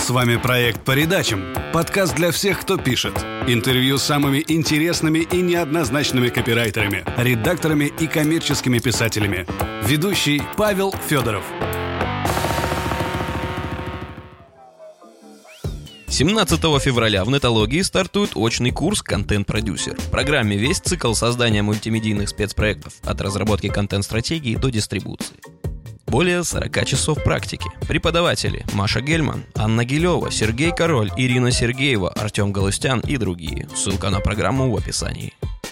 С вами проект «По редачам». Подкаст для всех, кто пишет. Интервью с самыми интересными и неоднозначными копирайтерами, редакторами и коммерческими писателями. Ведущий Павел Федоров. 17 февраля в Нетологии стартует очный курс «Контент-продюсер». В программе весь цикл создания мультимедийных спецпроектов от разработки контент-стратегии до дистрибуции. Более 40 часов практики. Преподаватели: Маша Гельман, Анна Гилева, Сергей Король, Ирина Сергеева, Артем Галустян и другие. Ссылка на программу в описании.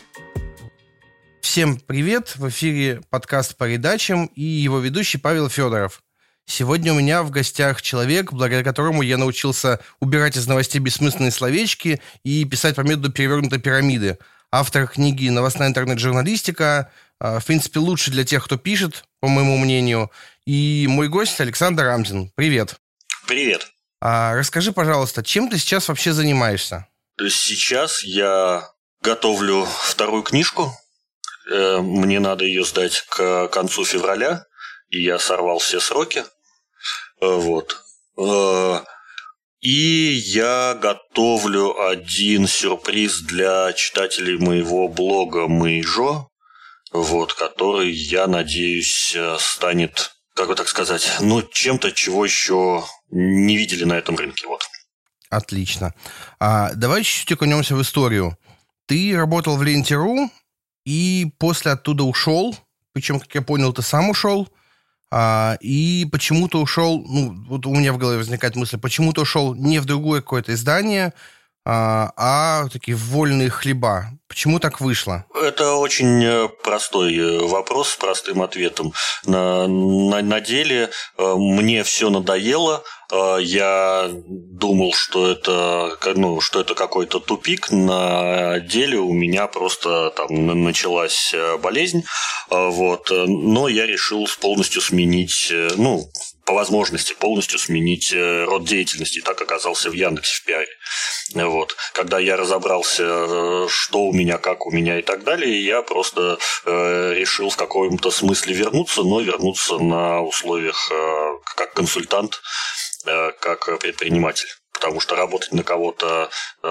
Всем привет! В эфире подкаст «По редачам» и его ведущий Павел Федоров. Сегодня у меня в гостях человек, благодаря которому я научился убирать из новостей бессмысленные словечки и писать по методу перевернутой пирамиды. Автор книги «Новостная интернет-журналистика». В принципе, лучше для тех, кто пишет, по моему мнению. И мой гость Александр Рамзин. Привет. Привет. Расскажи, пожалуйста, чем ты сейчас вообще занимаешься? Сейчас я готовлю вторую книжку. Мне надо ее сдать к концу февраля. И я сорвал все сроки. Вот. И я готовлю один сюрприз для читателей моего блога «Мэйжо», вот, который, я надеюсь, станет, как бы так сказать, чем-то, чего еще не видели на этом рынке. Вот. Отлично. Давай чуть-чуть окунемся в историю. Ты работал в Ленте.ру и после оттуда ушел. Причем, как я понял, ты сам ушел. И почему-то ушел, вот у меня в голове возникает мысль, почему-то ушел не в другое какое-то издание, а такие вольные хлеба. Почему так вышло? Это очень простой вопрос с простым ответом. На деле мне все надоело. Я думал, что это какой-то тупик. На деле у меня просто там началась болезнь. Вот. Но я решил полностью сменить, по возможности полностью сменить род деятельности. И так оказался в Яндексе в пиаре. Вот. Когда я разобрался, что у меня, как у меня и так далее, я просто решил в каком-то смысле вернуться, но вернуться на условиях как консультант, как предприниматель. Потому что работать на кого-то,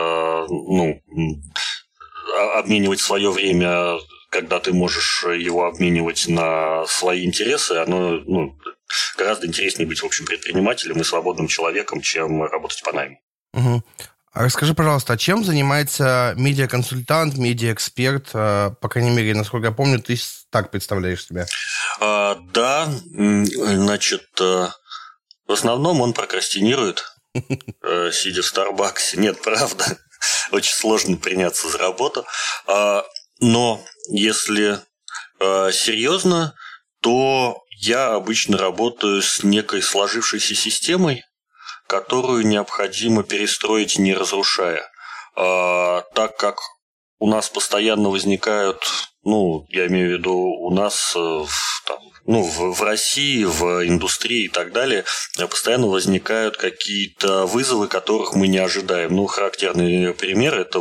обменивать свое время, когда ты можешь его обменивать на свои интересы, оно гораздо интереснее быть, в общем, предпринимателем и свободным человеком, чем работать по найму. Угу. Расскажи, пожалуйста, чем занимается медиаконсультант, медиаэксперт? По крайней мере, насколько я помню, ты так представляешь себя. Да, значит, в основном он прокрастинирует, сидя в Старбаксе. Нет, правда, очень сложно приняться за работу. Но если серьезно, то я обычно работаю с некой сложившейся системой, которую необходимо перестроить, не разрушая. Так как у нас постоянно возникают, я имею в виду у нас в России, в индустрии и так далее, постоянно возникают какие-то вызовы, которых мы не ожидаем. Характерный пример – это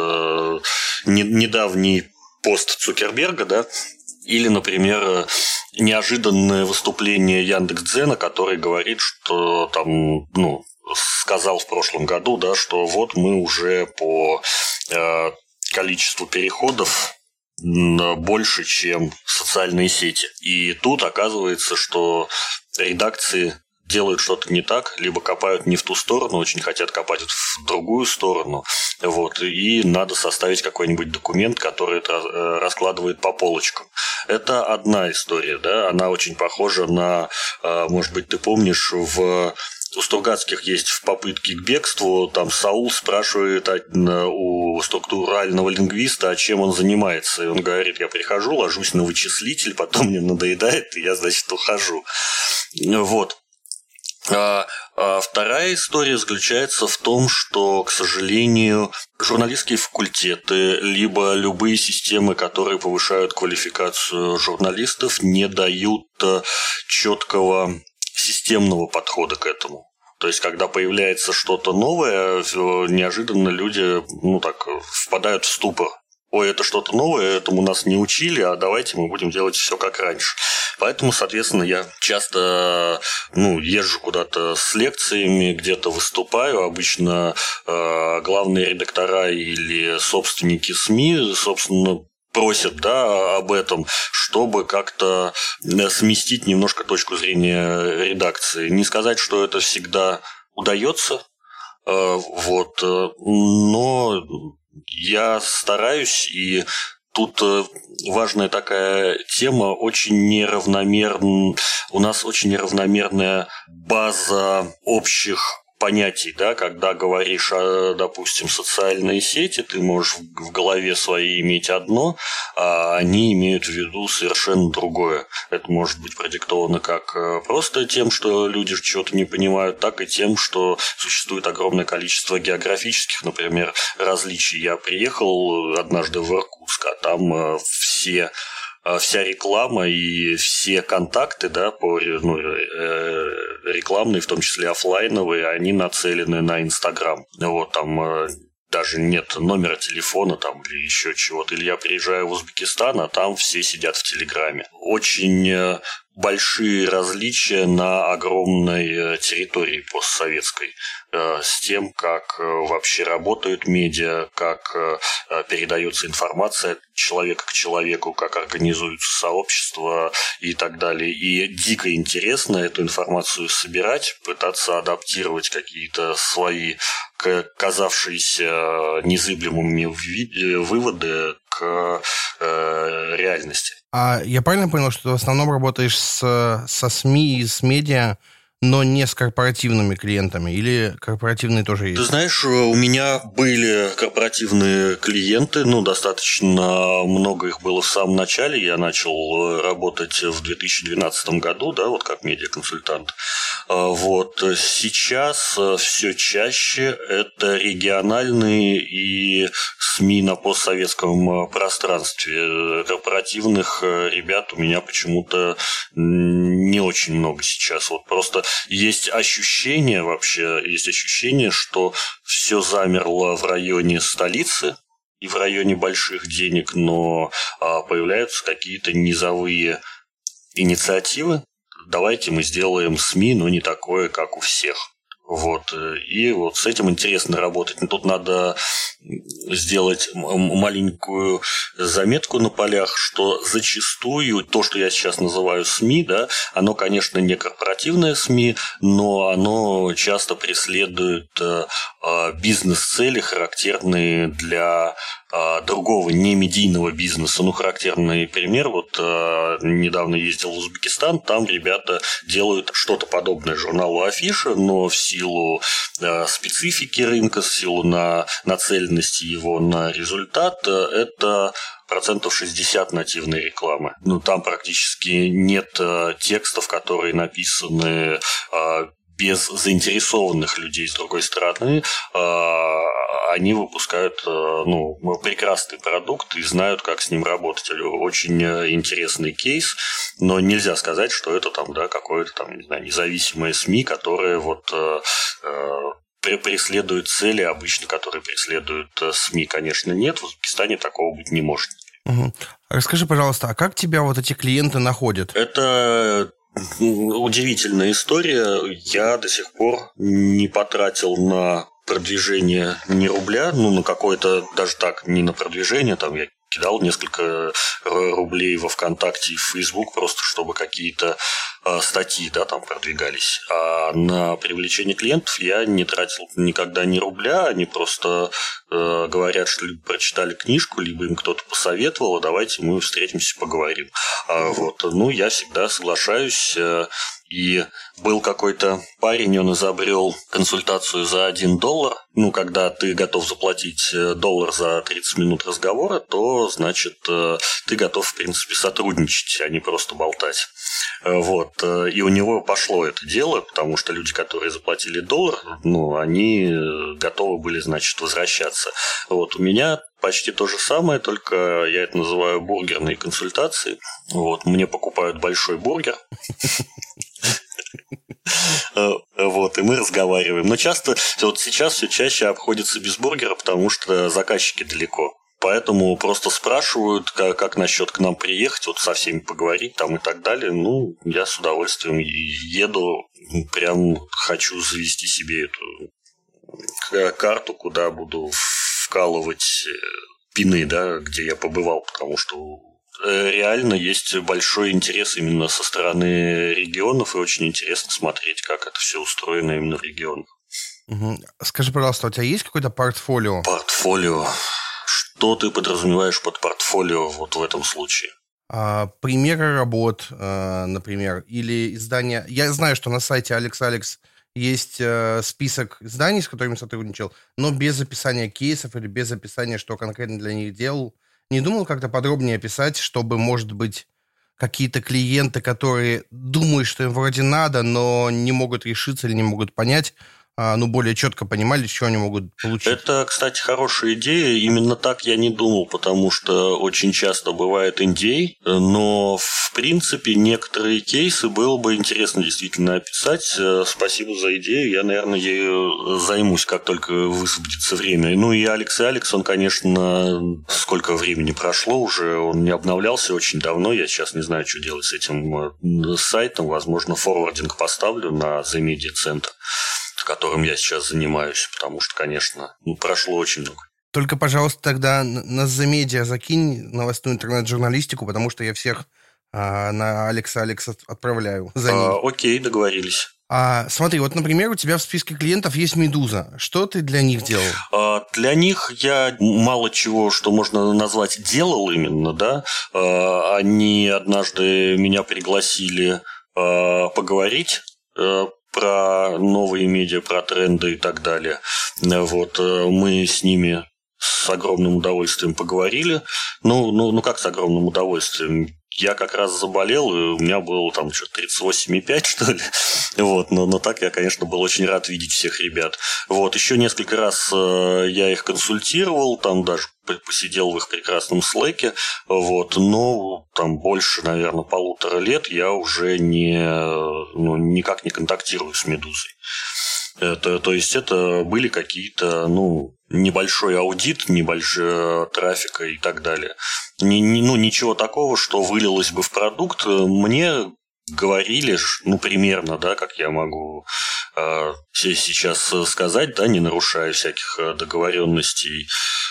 недавний пост Цукерберга, да, или, например, неожиданное выступление Яндекс.Дзена, который говорит, что сказал в прошлом году, да, что вот мы уже по количеству переходов больше, чем социальные сети. И тут оказывается, что редакции делают что-то не так, либо копают не в ту сторону, очень хотят копать в другую сторону. Вот, и надо составить какой-нибудь документ, который это раскладывает по полочкам. Это одна история, да, она очень похожа на, может быть, ты помнишь, у Стругацких есть в попытке к бегству, там Саул спрашивает у структурального лингвиста, а чем он занимается. И он говорит: я прихожу, ложусь на вычислитель, потом мне надоедает, и я, значит, ухожу. Вот. Вторая история заключается в том, что, к сожалению, журналистские факультеты, либо любые системы, которые повышают квалификацию журналистов, не дают четкого системного подхода к этому. То есть, когда появляется что-то новое, неожиданно люди впадают в ступор. ой, это что-то новое, этому нас не учили, а давайте мы будем делать все как раньше. Поэтому, соответственно, я часто езжу куда-то с лекциями, где-то выступаю. Обычно главные редактора или собственники СМИ, собственно, просят, об этом, чтобы как-то сместить немножко точку зрения редакции. Не сказать, что это всегда удается, но я стараюсь, и тут важная такая тема, у нас очень неравномерная база общих понятий, когда говоришь о, допустим, социальные сети, ты можешь в голове своей иметь одно, а они имеют в виду совершенно другое. Это может быть продиктовано как просто тем, что люди чего-то не понимают, так и тем, что существует огромное количество географических, например, различий. Я приехал однажды в Иркутск, а там вся реклама и все контакты, рекламные, в том числе офлайновые, они нацелены на Инстаграм. Там даже нет номера телефона или еще чего-то. Или я приезжаю в Узбекистан, а там все сидят в Телеграме. Очень большие различия на огромной территории постсоветской с тем, как вообще работают медиа, как передается информация от человека к человеку, как организуются сообщества и так далее. И дико интересно эту информацию собирать, пытаться адаптировать какие-то свои казавшиеся незыблемыми выводы к реальности. А я правильно понял, что ты в основном работаешь со СМИ и с медиа, но не с корпоративными клиентами? Или корпоративные тоже есть? Ты знаешь, у меня были корпоративные клиенты, достаточно много их было в самом начале. Я начал работать в 2012 году, как медиаконсультант. Сейчас все чаще это региональные и СМИ на постсоветском пространстве. Корпоративных ребят у меня почему-то не очень много сейчас. Просто есть ощущение, что все замерло в районе столицы и в районе больших денег, но появляются какие-то низовые инициативы. Давайте мы сделаем СМИ, но не такое, как у всех. И с этим интересно работать. Но тут надо сделать маленькую заметку на полях, что зачастую то, что я сейчас называю СМИ, оно, конечно, не корпоративное СМИ, но оно часто преследует бизнес-цели, характерные для другого немедийного бизнеса. Характерный пример. Недавно ездил в Узбекистан, там ребята делают что-то подобное журналу «Афиша», но в силу специфики рынка, в силу нацеленности его на результат, это 60% нативной рекламы. Там практически нет текстов, которые написаны без заинтересованных людей. С другой стороны, они выпускают прекрасный продукт и знают, как с ним работать. Очень интересный кейс, но нельзя сказать, что это какое-то независимое СМИ, которое преследует цели, обычно которые преследуют СМИ, конечно, нет. В Узбекистане такого быть не может. Угу. Расскажи, пожалуйста, а как тебя эти клиенты находят? Это удивительная история. Я до сих пор не потратил на продвижение ни рубля, на какое-то, даже так, не на продвижение, я кидал несколько рублей во ВКонтакте и в Facebook, просто чтобы какие-то статьи продвигались. А на привлечение клиентов я не тратил никогда ни рубля, они просто говорят, что либо прочитали книжку, либо им кто-то посоветовал, давайте мы встретимся, поговорим. Я всегда соглашаюсь. И был какой-то парень, он изобрел консультацию за $1. Когда ты готов заплатить $1 за 30 минут разговора, то, значит, ты готов, в принципе, сотрудничать, а не просто болтать. И у него пошло это дело, потому что люди, которые заплатили $1, они готовы были, значит, возвращаться. У меня почти то же самое, только я это называю бургерные консультации. Мне покупают большой бургер. И мы разговариваем. Но часто, сейчас все чаще обходится без бургера, потому что заказчики далеко. Поэтому просто спрашивают, как насчет к нам приехать, вот со всеми поговорить там и так далее. Ну, я с удовольствием еду, прям хочу завести себе эту карту, куда буду вкалывать пины, да, где я побывал, потому что реально есть большой интерес именно со стороны регионов, и очень интересно смотреть, как это все устроено именно в регионах. Угу. Скажи, пожалуйста, у тебя есть какое-то портфолио? Портфолио. Что ты подразумеваешь под портфолио вот в этом случае? Примеры работ, например, или издания. Я знаю, что на сайте Alex есть список изданий, с которыми сотрудничал, но без описания кейсов или без описания, что конкретно для них делал. Не думал как-то подробнее описать, чтобы, может быть, какие-то клиенты, которые думают, что им вроде надо, но не могут решиться или не могут понять, более четко понимали, что они могут получить. Это, кстати, хорошая идея. Именно так я не думал, потому что очень часто бывает NDA, но, в принципе, некоторые кейсы было бы интересно действительно описать. Спасибо за идею. Я, наверное, ею займусь, как только высвободится время. Ну и Алекс, он, конечно, сколько времени прошло уже, он не обновлялся очень давно. Я сейчас не знаю, что делать с этим сайтом. Возможно, форвардинг поставлю на The Media Center, которым я сейчас занимаюсь, потому что, конечно, прошло очень много. Только, пожалуйста, тогда на The Media закинь новостную интернет-журналистику, потому что я всех на Алекса отправляю за ним. Окей, договорились. Смотри, вот, например, у тебя в списке клиентов есть «Медуза». Что ты для них делал? Для них я мало чего, что можно назвать, делал именно, да. Они однажды меня пригласили поговорить про новые медиа, про тренды и так далее. Вот, мы с ними с огромным удовольствием поговорили. Ну, как с огромным удовольствием? Я как раз заболел, и у меня было там что-то 38,5, что ли. Вот, но так я, конечно, был очень рад видеть всех ребят. Вот, еще несколько раз я их консультировал, там даже посидел в их прекрасном слэке. Вот, но там больше, наверное, 1,5 лет я уже никак не контактирую с «Медузой». То есть это были какие-то, небольшой аудит, небольшой трафика и так далее. Ничего такого, что вылилось бы в продукт. Мне говорили, примерно, да, как я могу сейчас сказать, да, не нарушая всяких договоренностей.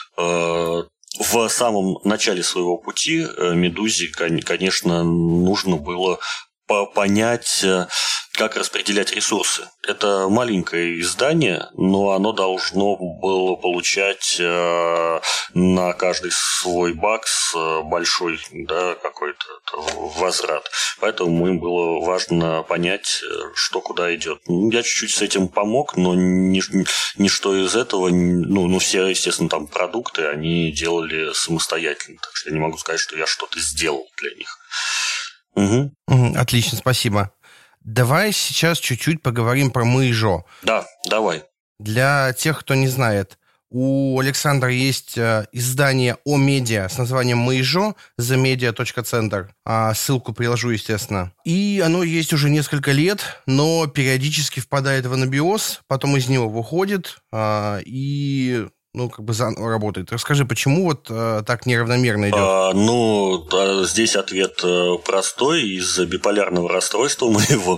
В самом начале своего пути «Медузе», конечно, нужно было понять, как распределять ресурсы. Это маленькое издание, но оно должно было получать на каждый свой бакс большой, да, какой-то возврат. Поэтому им было важно понять, что куда идет. Я чуть-чуть с этим помог, но ничто из этого, все, естественно, там продукты они делали самостоятельно. Так что я не могу сказать, что я что-то сделал для них. Угу. Отлично, спасибо. Давай сейчас чуть-чуть поговорим про Мэйжо. Да, давай. Для тех, кто не знает, у Александра есть издание о медиа с названием Мэйжо, themedia.center. Ссылку приложу, естественно. И оно есть уже несколько лет, но периодически впадает в анабиоз, потом из него выходит и... заново работает. Расскажи, почему вот так неравномерно идет? Здесь ответ простой. Из-за биполярного расстройства моего.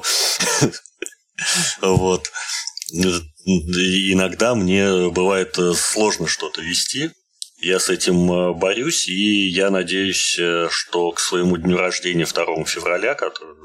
Вот. Иногда мне бывает сложно что-то вести. Я с этим борюсь, и я надеюсь, что к своему дню рождения 2 февраля, который...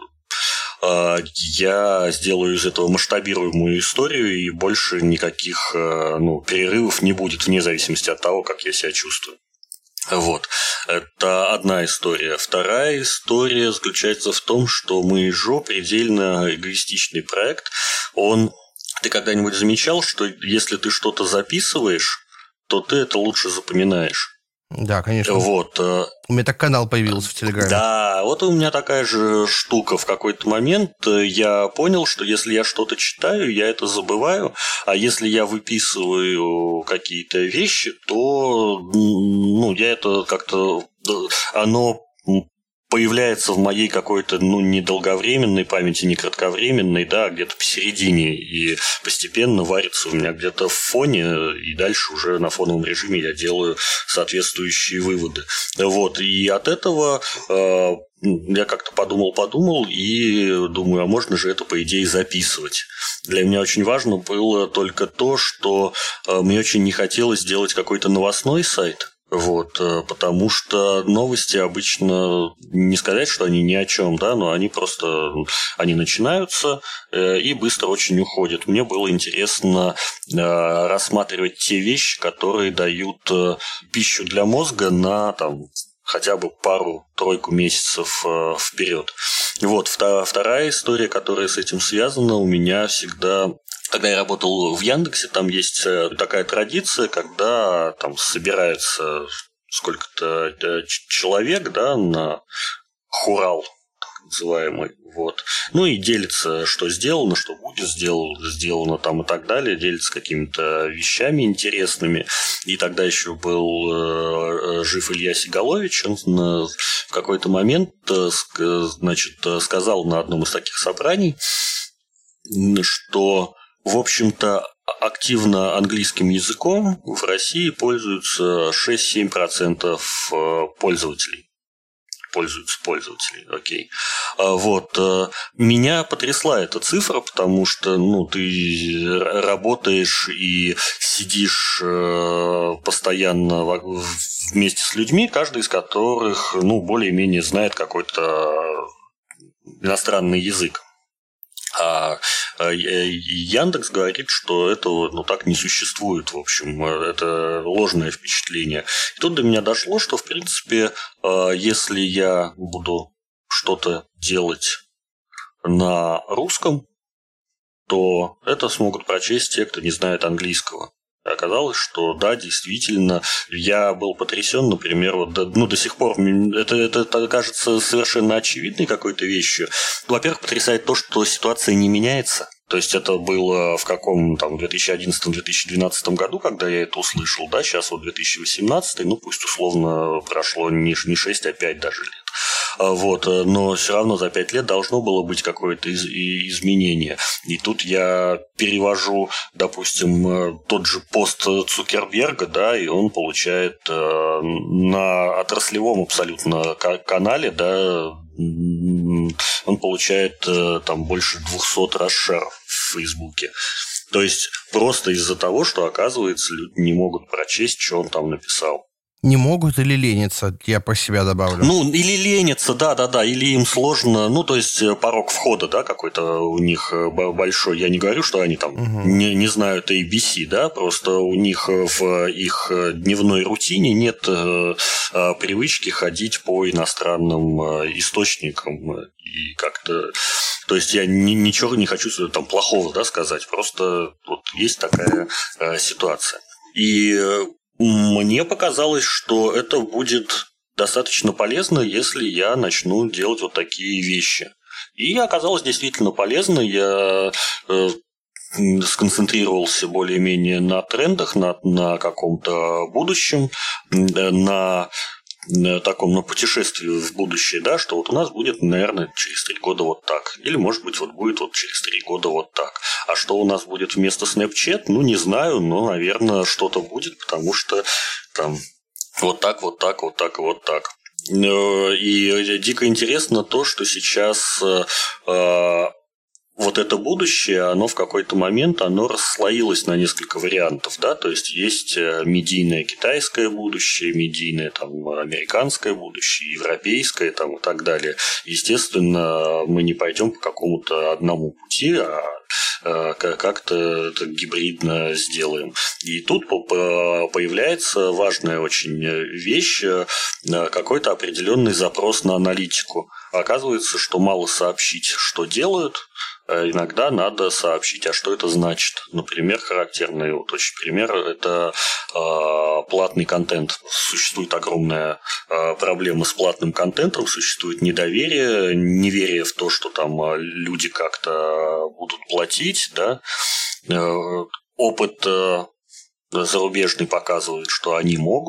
я сделаю из этого масштабируемую историю, и больше никаких перерывов не будет, вне зависимости от того, как я себя чувствую. Вот. Это одна история. Вторая история заключается в том, что Мэйжо предельно эгоистичный проект. Ты когда-нибудь замечал, что если ты что-то записываешь, то ты это лучше запоминаешь? Да, конечно. Вот. У меня так канал появился в Телеграме. Да, вот у меня такая же штука. В какой-то момент я понял, что если я что-то читаю, я это забываю, а если я выписываю какие-то вещи, то я это как-то... Оно появляется в моей какой-то, не долговременной памяти, не кратковременной, да, где-то посередине, и постепенно варится у меня где-то в фоне, и дальше уже на фоновом режиме я делаю соответствующие выводы. Вот, и от этого я как-то подумал и думаю, а можно же это, по идее, записывать. Для меня очень важно было только то, что мне очень не хотелось делать какой-то новостной сайт. Вот, потому что новости обычно, не сказать, что они ни о чем, да, но они начинаются и быстро очень уходят. Мне было интересно рассматривать те вещи, которые дают пищу для мозга на хотя бы пару-тройку месяцев вперед. Вот, вторая история, которая с этим связана, у меня всегда... Когда я работал в Яндексе, там есть такая традиция, когда там собирается сколько-то человек, да, на хурал, так называемый, вот. Ну и делится, что сделано, что будет сделано там и так далее, делится какими-то вещами интересными. И тогда еще был жив Илья Сигалович, он в какой-то момент, сказал на одном из таких собраний, что в общем-то, активно английским языком в России пользуются 6-7% пользователей. Пользователей, окей. Вот. Меня потрясла эта цифра, потому что ты работаешь и сидишь постоянно вместе с людьми, каждый из которых более-менее знает какой-то иностранный язык. А Яндекс говорит, что этого так не существует, в общем, это ложное впечатление. И тут до меня дошло, что, в принципе, если я буду что-то делать на русском, то это смогут прочесть те, кто не знает английского. И оказалось, что да, действительно, я был потрясен, например, до сих пор это кажется совершенно очевидной какой-то вещью. Во-первых, потрясает то, что ситуация не меняется. То есть это было в каком 2011-2012 году, когда я это услышал, да, сейчас 2018, пусть условно прошло не 6, а 5 даже лет. Вот, но все равно за 5 лет должно было быть какое-то изменение. И тут я перевожу, допустим, тот же пост Цукерберга, да, и он получает на отраслевом абсолютно канале, да, он получает больше 200 расшеров в Фейсбуке. То есть просто из-за того, что, оказывается, люди не могут прочесть, что он там написал. Не могут или ленятся, я про себя добавлю. Или ленятся, да, или им сложно, то есть порог входа, да, какой-то у них большой. Я не говорю, что они там не знают ABC, да, просто у них в их дневной рутине нет привычки ходить по иностранным источникам и как-то... То есть я ничего не хочу плохого, да, сказать, просто вот есть такая ситуация. И... Мне показалось, что это будет достаточно полезно, если я начну делать вот такие вещи. И оказалось действительно полезно. Я сконцентрировался более-менее на трендах, на каком-то будущем, на таком путешествии в будущее, да, что вот у нас будет, наверное, через 3 года вот так. Или, может быть, будет через 3 года вот так. А что у нас будет вместо Snapchat, не знаю, но, наверное, что-то будет, потому что там вот так. И дико интересно то, что сейчас вот это будущее, оно в какой-то момент расслоилось на несколько вариантов, да, то есть есть медийное китайское будущее, медийное американское будущее, европейское и так далее. Естественно, мы не пойдем по какому-то одному пути, а как-то это гибридно сделаем. И тут появляется важная очень вещь, какой-то определенный запрос на аналитику. Оказывается, что мало сообщить, что делают, иногда надо сообщить, а что это значит. Например, характерный очень пример – это платный контент. Существует огромная проблема с платным контентом, существует недоверие, неверие в то, что там люди как-то будут платить. Да? Опыт зарубежный показывает, что они могут.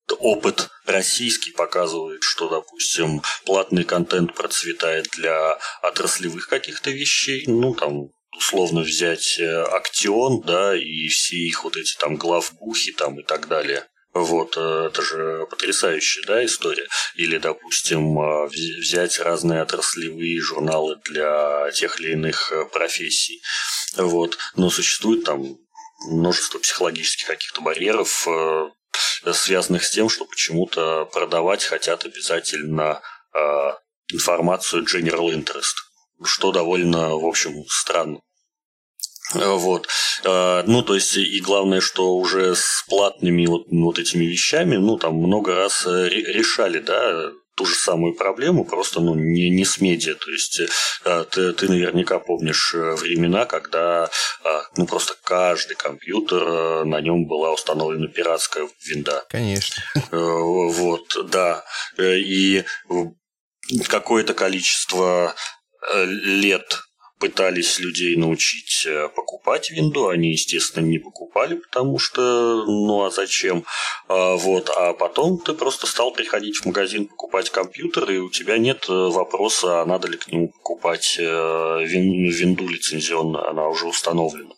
опыт российский показывает, что, допустим, платный контент процветает для отраслевых каких-то вещей, ну, там, условно взять Актион, да, и все их вот эти там главбухи там и так далее. Вот, это же потрясающая, да, история. Или, допустим, взять разные отраслевые журналы для тех или иных профессий. Вот. Но существует там множество психологических каких-то барьеров, связанных с тем, что почему-то продавать хотят обязательно информацию general interest, что довольно, в общем, странно. Вот. Ну, то есть, и главное, что уже с платными вот этими вещами, ну, там много раз решали, да, ту же самую проблему, просто, ну, не с медиа. То есть, ты наверняка помнишь времена, когда, ну, просто каждый компьютер, на нем была установлена пиратская винда. Конечно. Вот, да. И какое-то количество лет пытались людей научить покупать винду, они, естественно, не покупали, потому что, ну, а зачем? Вот, а потом ты просто стал приходить в магазин покупать компьютер, и у тебя нет вопроса, а надо ли к нему покупать винду лицензионную, она уже установлена.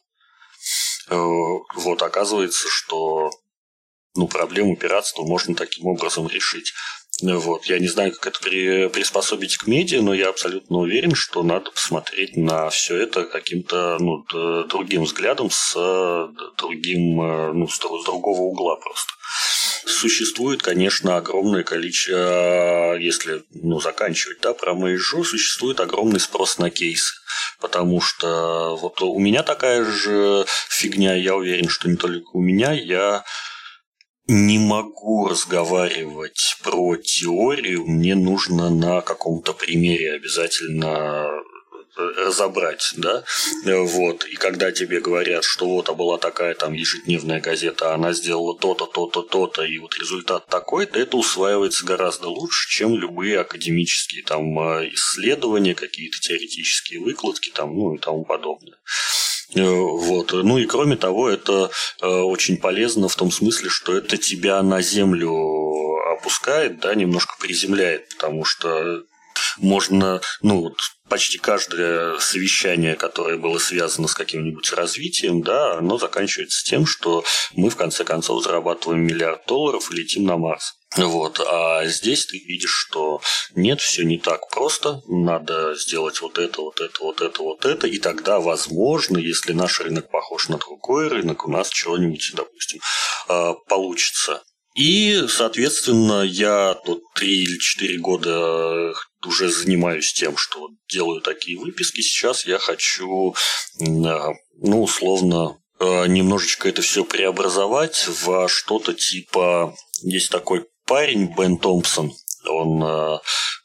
Вот, оказывается, что, ну, проблему пиратства можно таким образом решить. Вот. Я не знаю, как это приспособить к медиа, но я абсолютно уверен, что надо посмотреть на все это каким-то, ну, другим взглядом, с другим, ну, с другого угла просто. Существует, конечно, огромное количество, если, ну, заканчивать, да, про Мэйжу, существует огромный спрос на кейсы. Потому что вот у меня такая же фигня, я уверен, что не только у меня, я не могу разговаривать про теорию, мне нужно на каком-то примере обязательно разобрать, да, вот, и когда тебе говорят, что вот, а была такая там ежедневная газета, она сделала то-то, то-то, то-то, и вот результат такой-то, это усваивается гораздо лучше, чем любые академические там исследования, какие-то теоретические выкладки там, ну и тому подобное. Вот. Ну и кроме того, это очень полезно в том смысле, что это тебя на землю опускает, да, немножко приземляет, потому что можно, ну, вот, почти каждое совещание, которое было связано с каким-нибудь развитием, да, оно заканчивается тем, что мы в конце концов зарабатываем $1 миллиард и летим на Марс. Вот. А здесь ты видишь, что нет, все не так просто, надо сделать вот это, вот это, вот это, вот это, и тогда, возможно, если наш рынок похож на другой рынок, у нас чего-нибудь, допустим, получится. И, соответственно, я тут 3 или 4 года уже занимаюсь тем, что делаю такие выписки. Сейчас я хочу, ну, условно, немножечко это все преобразовать во что-то типа... Есть такой парень, Бен Томпсон, он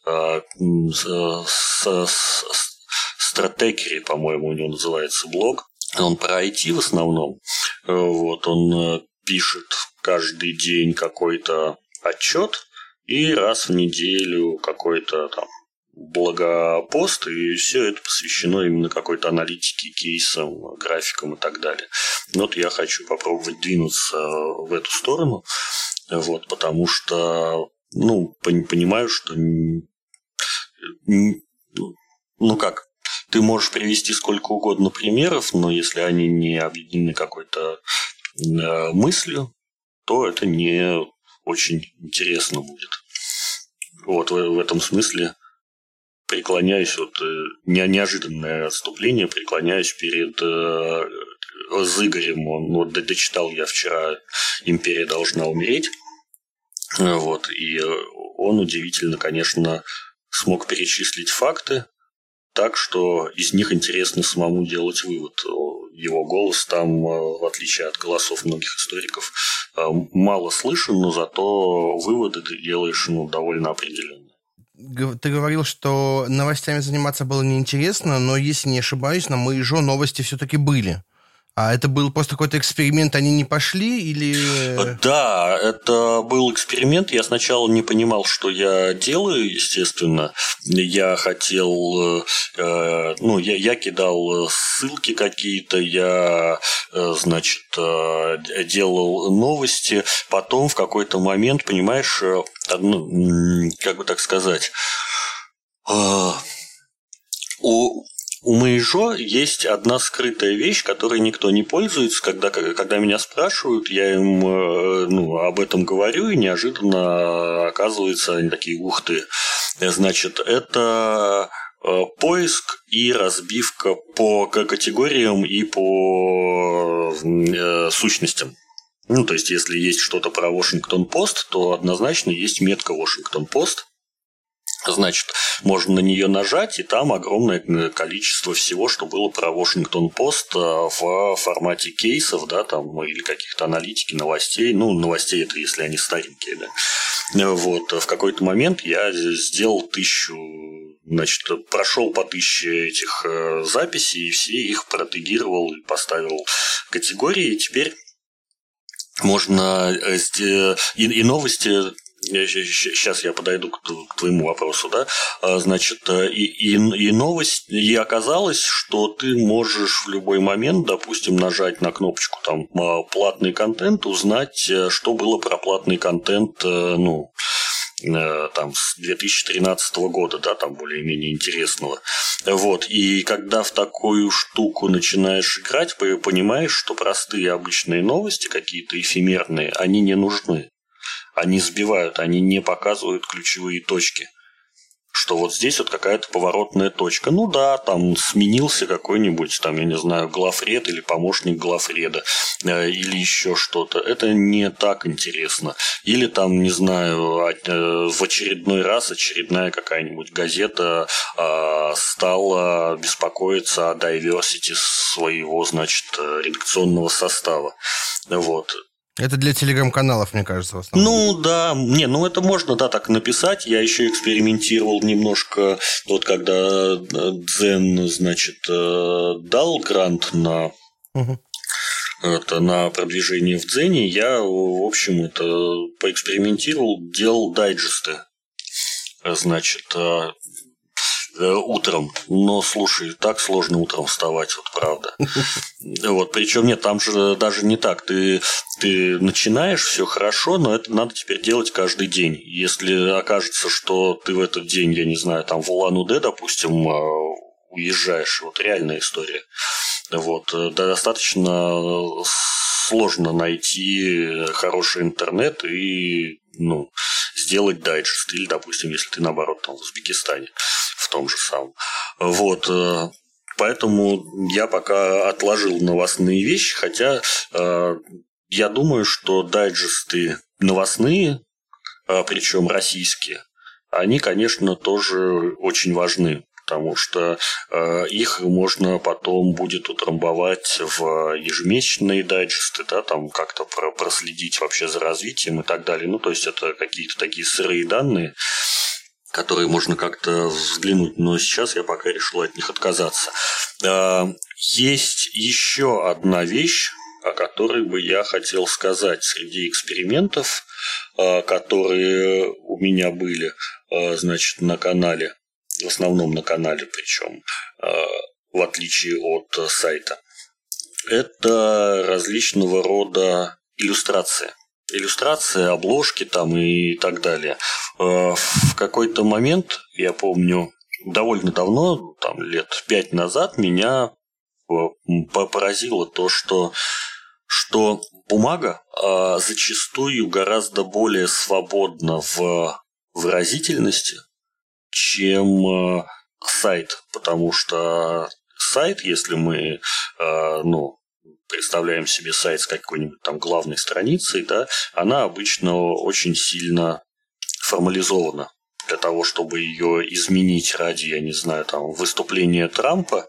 Стратегери, по-моему, у него называется блог. Он про IT в основном. Вот, он пишет каждый день какой-то отчет и раз в неделю какой-то там блогопост, и все это посвящено именно какой-то аналитике, кейсам, графикам и так далее. Вот я хочу попробовать двинуться в эту сторону, вот, потому что, ну, понимаю, что, ну как, ты можешь привести сколько угодно примеров, но если они не объединены какой-то мыслью, то это не очень интересно будет. Вот в этом смысле преклоняюсь, вот неожиданное отступление, преклоняюсь перед Зыгорем. Он, вот, дочитал я вчера «Империя должна умереть». Вот, и он удивительно, конечно, смог перечислить факты так, что из них интересно самому делать вывод. Его голос там, в отличие от голосов многих историков, мало слышен, но зато выводы ты делаешь, ну, довольно определенные. Ты говорил, что новостями заниматься было неинтересно, но, если не ошибаюсь, на Мэйжо новости все-таки были. А это был просто какой-то эксперимент, они не пошли или... Да, это был эксперимент. Я сначала не понимал, что я делаю, естественно. Я хотел... я кидал ссылки какие-то, я, делал новости. Потом в какой-то момент, понимаешь, как бы так сказать... У Мэйжо есть одна скрытая вещь, которой никто не пользуется. Когда меня спрашивают, я им об этом говорю, и неожиданно оказывается, они такие: ух ты. Значит, это поиск и разбивка по категориям и по сущностям. То есть, если есть что-то про Вашингтон-Пост, то однозначно есть метка Вашингтон-Пост. Значит, можно на нее нажать, и там огромное количество всего, что было про Вашингтон-Пост в формате кейсов, да, там, или каких-то аналитики, новостей. Новостей это если они старенькие, да. Вот, в какой-то момент я сделал 1000, прошел по 1000 этих записей, и все их протегировал и поставил в категории, и теперь можно и новости... Сейчас я подойду к твоему вопросу, да. Значит, и новость, и оказалось, что ты можешь в любой момент, допустим, нажать на кнопочку там платный контент, узнать, что было про платный контент, там с 2013 года, да, там более-менее интересного. Вот. И когда в такую штуку начинаешь играть, понимаешь, что простые обычные новости, какие-то эфемерные, они не нужны. Они сбивают, они не показывают ключевые точки. Что вот здесь вот какая-то поворотная точка. Там сменился какой-нибудь, там, я не знаю, главред или помощник главреда, или еще что-то. Это не так интересно. Или там, не знаю, в очередной раз очередная какая-нибудь газета стала беспокоиться о diversity своего, редакционного состава. Вот. Это для телеграм-каналов, мне кажется, в основном. Это можно, да, так написать. Я еще экспериментировал немножко, вот когда Дзен, дал грант на продвижение в Дзене, я, в общем, поэкспериментировал, делал дайджесты. Утром. Но, слушай, так сложно утром вставать, вот правда. Вот, причем нет, там же даже не так. Ты начинаешь, все хорошо, но это надо теперь делать каждый день. Если окажется, что ты в этот день, я не знаю, там в Улан-Удэ, допустим, уезжаешь, вот реальная история. Вот, достаточно сложно найти хороший интернет и, сделать дайджест. Или, допустим, если ты, наоборот, там в Узбекистане, в том же самом. Вот. Поэтому я пока отложил новостные вещи, хотя я думаю, что дайджесты новостные, причем российские, они, конечно, тоже очень важны. Потому что их можно потом будет утрамбовать в ежемесячные дайджесты, да, там как-то проследить вообще за развитием и так далее. То есть это какие-то такие сырые данные, которые можно как-то взглянуть, но сейчас я пока решил от них отказаться. Есть еще одна вещь, о которой бы я хотел сказать среди экспериментов, которые у меня были, на канале. В основном на канале, причем, в отличие от сайта. Это различного рода иллюстрации. Иллюстрации, обложки там и так далее. В какой-то момент, я помню, довольно давно, там лет 5 назад, меня поразило то, что бумага зачастую гораздо более свободна в выразительности, чем сайт, потому что сайт, если мы, представляем себе сайт с какой-нибудь там главной страницей, да, она обычно очень сильно формализована. Для того, чтобы ее изменить ради, я не знаю, там, выступления Трампа,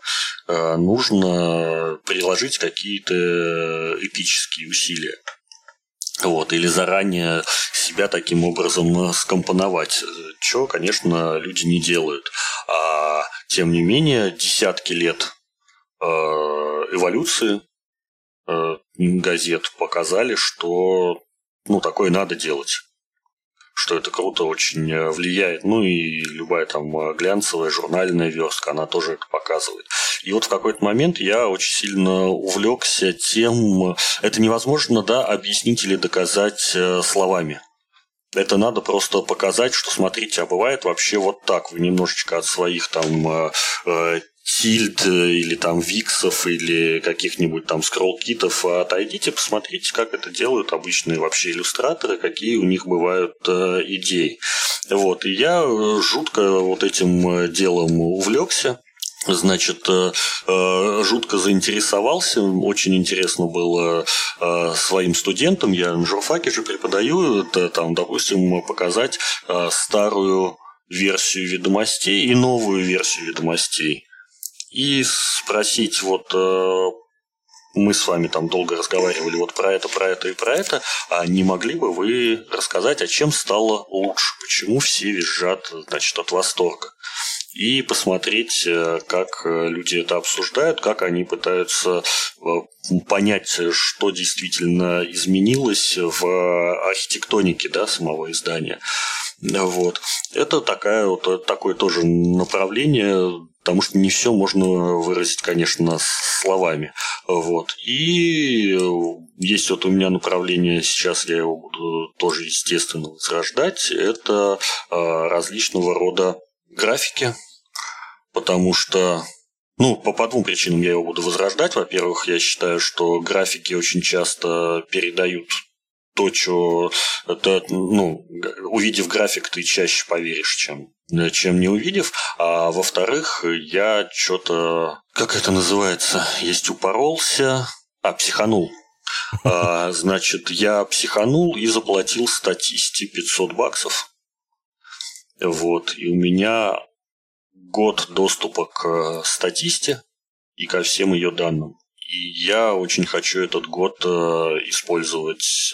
нужно приложить какие-то эпические усилия. Вот, или заранее себя таким образом скомпоновать, чего, конечно, люди не делают. А тем не менее, десятки лет эволюции газет показали, что такое надо делать. Что это круто очень влияет. И любая там глянцевая журнальная верстка, она тоже это показывает. И вот в какой-то момент я очень сильно увлекся тем, это невозможно, объяснить или доказать словами. Это надо просто показать, что, смотрите, а бывает вообще вот так. Вы немножечко от своих там тильд или там виксов или каких-нибудь там скролл-китов отойдите, посмотрите, как это делают обычные вообще иллюстраторы, какие у них бывают идеи. И я жутко вот этим делом увлекся. Значит, жутко заинтересовался, очень интересно было своим студентам, я на журфаке же преподаю, это там, допустим, показать старую версию ведомостей и новую версию ведомостей. И спросить, мы с вами там долго разговаривали про это и про это, а не могли бы вы рассказать, а чем стало лучше, почему все визжат, от восторга? И посмотреть, как люди это обсуждают, как они пытаются понять, что действительно изменилось в архитектонике самого издания. Это такое тоже направление, потому что не все можно выразить, конечно, словами. И есть у меня направление, сейчас я его буду тоже, естественно, возрождать, это различного рода графики, потому что, по двум причинам я его буду возрождать. Во-первых, я считаю, что графики очень часто передают то, что увидев график, ты чаще поверишь, чем не увидев. А во-вторых, я что-то, как это называется, упоролся, психанул. Я психанул и заплатил статисте $500. И у меня год доступа к статисте и ко всем ее данным. И я очень хочу этот год использовать,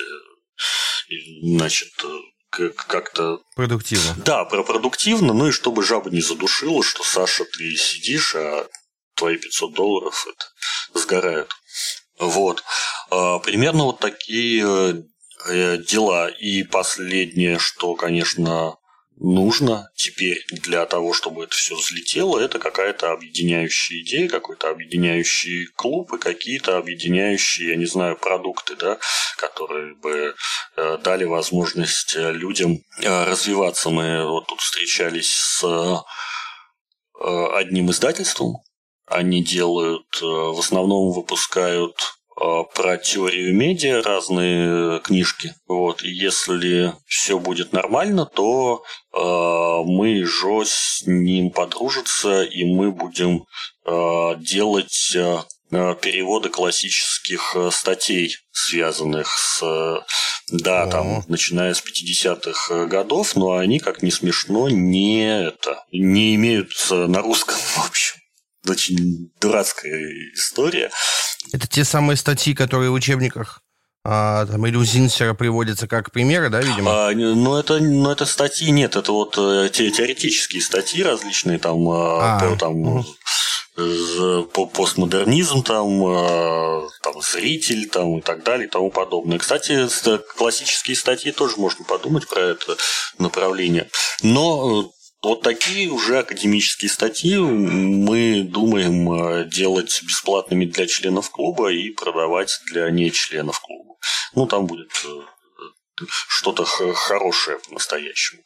как-то... Продуктивно. Да, продуктивно, и чтобы жаба не задушила, что, Саша, ты сидишь, а твои $500 это сгорают. Примерно такие дела. И последнее, что, конечно, нужно теперь для того, чтобы это все взлетело, это какая-то объединяющая идея, какой-то объединяющий клуб и какие-то объединяющие, я не знаю, продукты, которые бы дали возможность людям развиваться. Мы тут встречались с одним издательством. Они в основном выпускают про теорию медиа разные книжки. И если все будет нормально, то мы с ним подружиться, и мы будем делать переводы классических статей, связанных с... начиная с 50-х годов, но они, как ни смешно, не имеются на русском, в общем. Очень дурацкая история. Это те самые статьи, которые в учебниках или у Зинсера приводятся как примеры, видимо? Это статьи, нет, это теоретические статьи различные, постмодернизм, зритель, и так далее, и тому подобное. Кстати, классические статьи тоже можно подумать про это направление. Но такие уже академические статьи мы думаем делать бесплатными для членов клуба и продавать для нечленов клуба. Там будет что-то хорошее по-настоящему.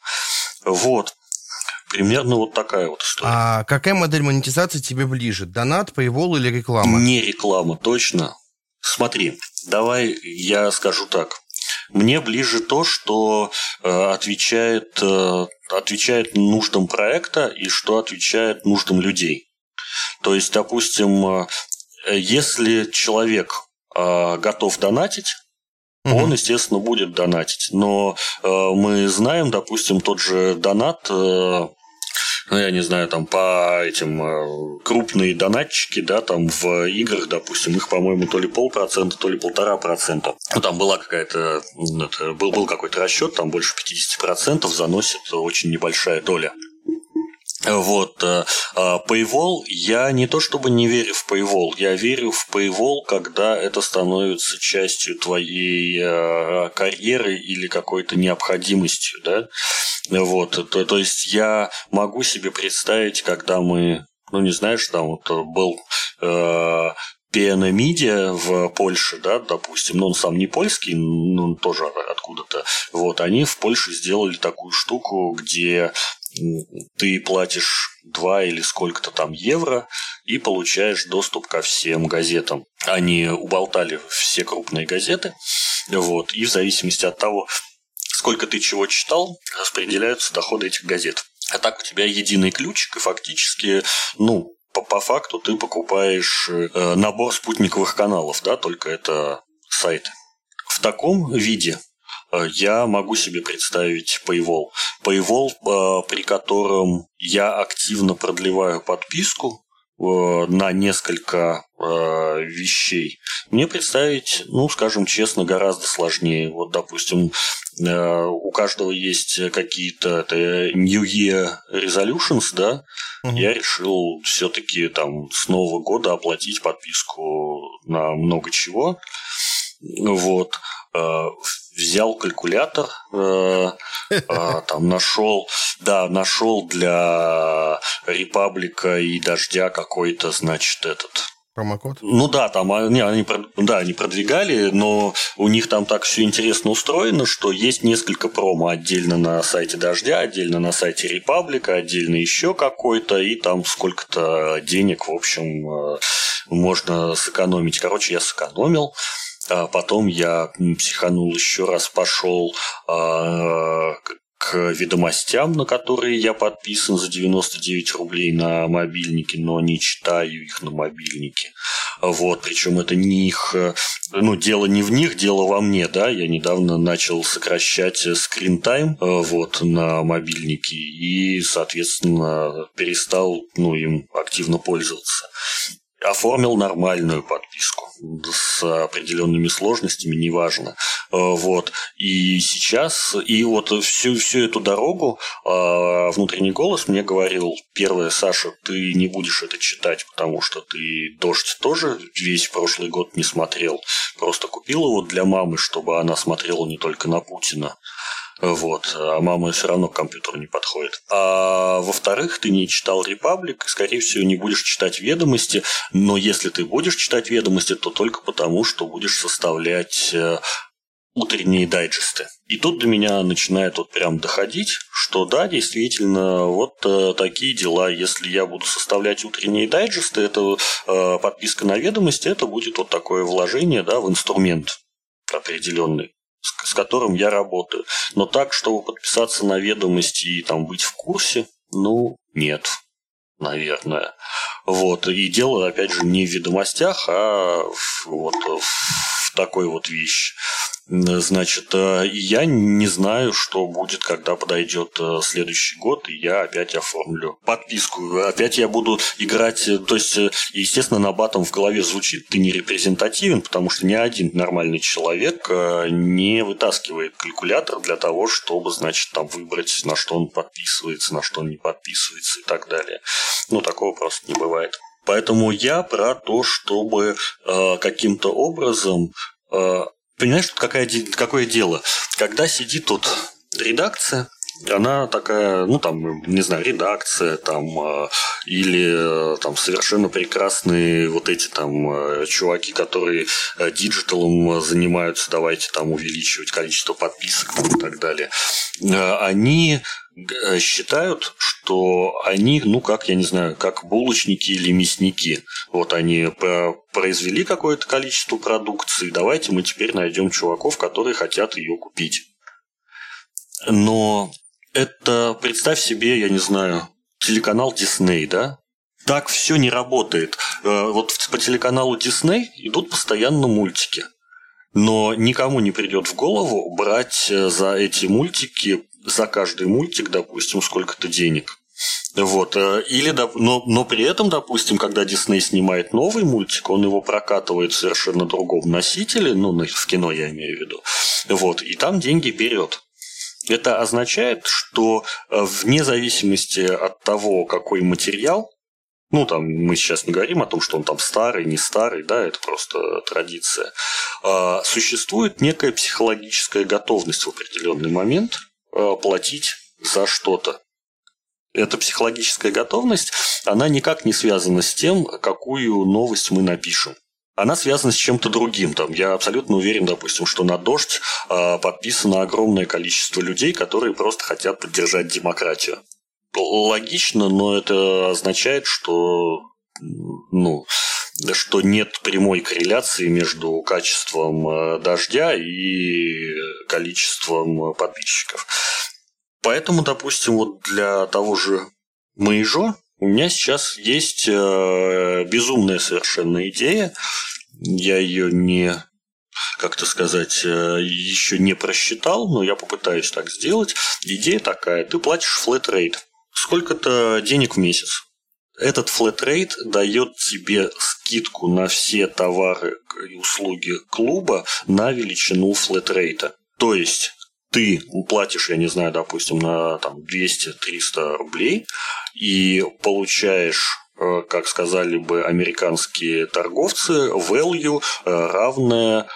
Примерно такая история. А какая модель монетизации тебе ближе? Донат, paywall или реклама? Не реклама, точно. Смотри, давай я скажу так. Мне ближе то, что отвечает нуждам проекта и что отвечает нуждам людей. То есть, допустим, если человек готов донатить, он, естественно, будет донатить. Но мы знаем, допустим, тот же донат... я не знаю, по этим крупные донатчики, в играх, допустим, их, по-моему, то ли 0,5%, то ли 1,5%. Там была какая-то, был какой-то расчет, больше 50% заносит очень небольшая доля. Вот, Paywall, я не то чтобы не верю в Paywall, я верю в Paywall, когда это становится частью твоей карьеры или какой-то необходимостью, да, вот, то есть я могу себе представить, когда мы, ну, не знаешь, там вот был PN Media в Польше, да, допустим, но он сам не польский, но он тоже откуда-то, вот, они в Польше сделали такую штуку, где ты платишь 2 или сколько-то там евро и получаешь доступ ко всем газетам. Они уболтали все крупные газеты, вот, и в зависимости от того, сколько ты чего читал, распределяются доходы этих газет. А так у тебя единый ключик, и фактически, ну, по факту ты покупаешь набор спутниковых каналов, да, только это сайты. В таком виде я могу себе представить Paywall. Paywall, при котором я активно продлеваю подписку на несколько вещей, мне представить, ну, скажем честно, гораздо сложнее. Вот, допустим, у каждого есть какие-то New Year Resolutions, да, я решил все-таки там с Нового года оплатить подписку на много чего. Вот. Взял калькулятор, там нашел для Репаблика и Дождя какой-то, значит, этот промокод? Ну да, там они продвигали, но у них там так все интересно устроено, что есть несколько промо отдельно на сайте Дождя, отдельно на сайте Репаблика, отдельно еще какой-то, и там сколько-то денег, в общем, можно сэкономить. Короче, я сэкономил. Потом я психанул еще раз, пошел к ведомостям, на которые я подписан за 99 рублей на мобильнике, но не читаю их на мобильнике. Вот, причем это не их, ну, дело не в них, дело во мне, да. Я недавно начал сокращать скрин-тайм вот, на мобильнике и, соответственно, перестал, ну, им активно пользоваться. Оформил нормальную подписку с определенными сложностями, неважно. Вот. И сейчас, и вот всю эту дорогу внутренний голос мне говорил: первое, Саша, ты не будешь это читать, потому что ты «Дождь» тоже весь прошлый год не смотрел. Просто купил его для мамы, чтобы она смотрела не только на Путина. Вот, а мама все равно к компьютеру не подходит. А во-вторых, ты не читал Репаблик, скорее всего, не будешь читать ведомости. Но если ты будешь читать ведомости, то только потому, что будешь составлять утренние дайджесты. И тут до меня начинает вот прям доходить, что да, действительно, вот такие дела. Если я буду составлять утренние дайджесты, это подписка на ведомости, это будет вот такое вложение, да, в инструмент определенный, с которым я работаю. Но так, чтобы подписаться на ведомости и там быть в курсе, ну, нет, наверное. Вот. И дело, опять же, не в ведомостях, а вот в такой вот вещи. Значит, я не знаю, что будет, когда подойдет следующий год, и я опять оформлю подписку. Опять я буду играть, то есть, естественно, набатом в голове звучит: ты не репрезентативен, потому что ни один нормальный человек не вытаскивает калькулятор для того, чтобы, значит, там выбрать, на что он подписывается, на что он не подписывается и так далее. Ну, такого просто не бывает. Поэтому я про то, чтобы каким-то образом... Понимаешь, тут какое дело? Когда сидит тут редакция, она такая, ну, там, не знаю, редакция, там, или там совершенно прекрасные вот эти там чуваки, которые диджиталом занимаются, давайте там увеличивать количество подписок и так далее. Они считают, что они, ну, как, я не знаю, как булочники или мясники. Вот они произвели какое-то количество продукции, давайте мы теперь найдем чуваков, которые хотят ее купить. Но это, представь себе, я не знаю, телеканал Disney, да? Так все не работает. Вот по телеканалу Disney идут постоянно мультики. Но никому не придет в голову брать за эти мультики, за каждый мультик, допустим, сколько-то денег. Вот. Или, но при этом, допустим, когда Disney снимает новый мультик, он его прокатывает в совершенно другом носителе, ну, в кино я имею в виду, вот, и там деньги берет. Это означает, что вне зависимости от того, какой материал, ну, там мы сейчас не говорим о том, что он там старый, не старый, да, это просто традиция, существует некая психологическая готовность в определенный момент платить за что-то. Эта психологическая готовность, она никак не связана с тем, какую новость мы напишем. Она связана с чем-то другим. Там, я абсолютно уверен, допустим, что на «Дождь» подписано огромное количество людей, которые просто хотят поддержать демократию. Логично, но это означает, что нет прямой корреляции между качеством «Дождя» и количеством подписчиков. Поэтому, допустим, вот для того же «Моежо» у меня сейчас есть безумная совершенно идея. Я ее еще не просчитал, но я попытаюсь так сделать. Идея такая: ты платишь флэт-рейт. Сколько-то денег в месяц. Этот флэт-рейт дает тебе скидку на все товары и услуги клуба на величину флэт-рейта. То есть ты платишь, я не знаю, допустим, на 200-300 рублей и получаешь, как сказали бы американские торговцы, value равное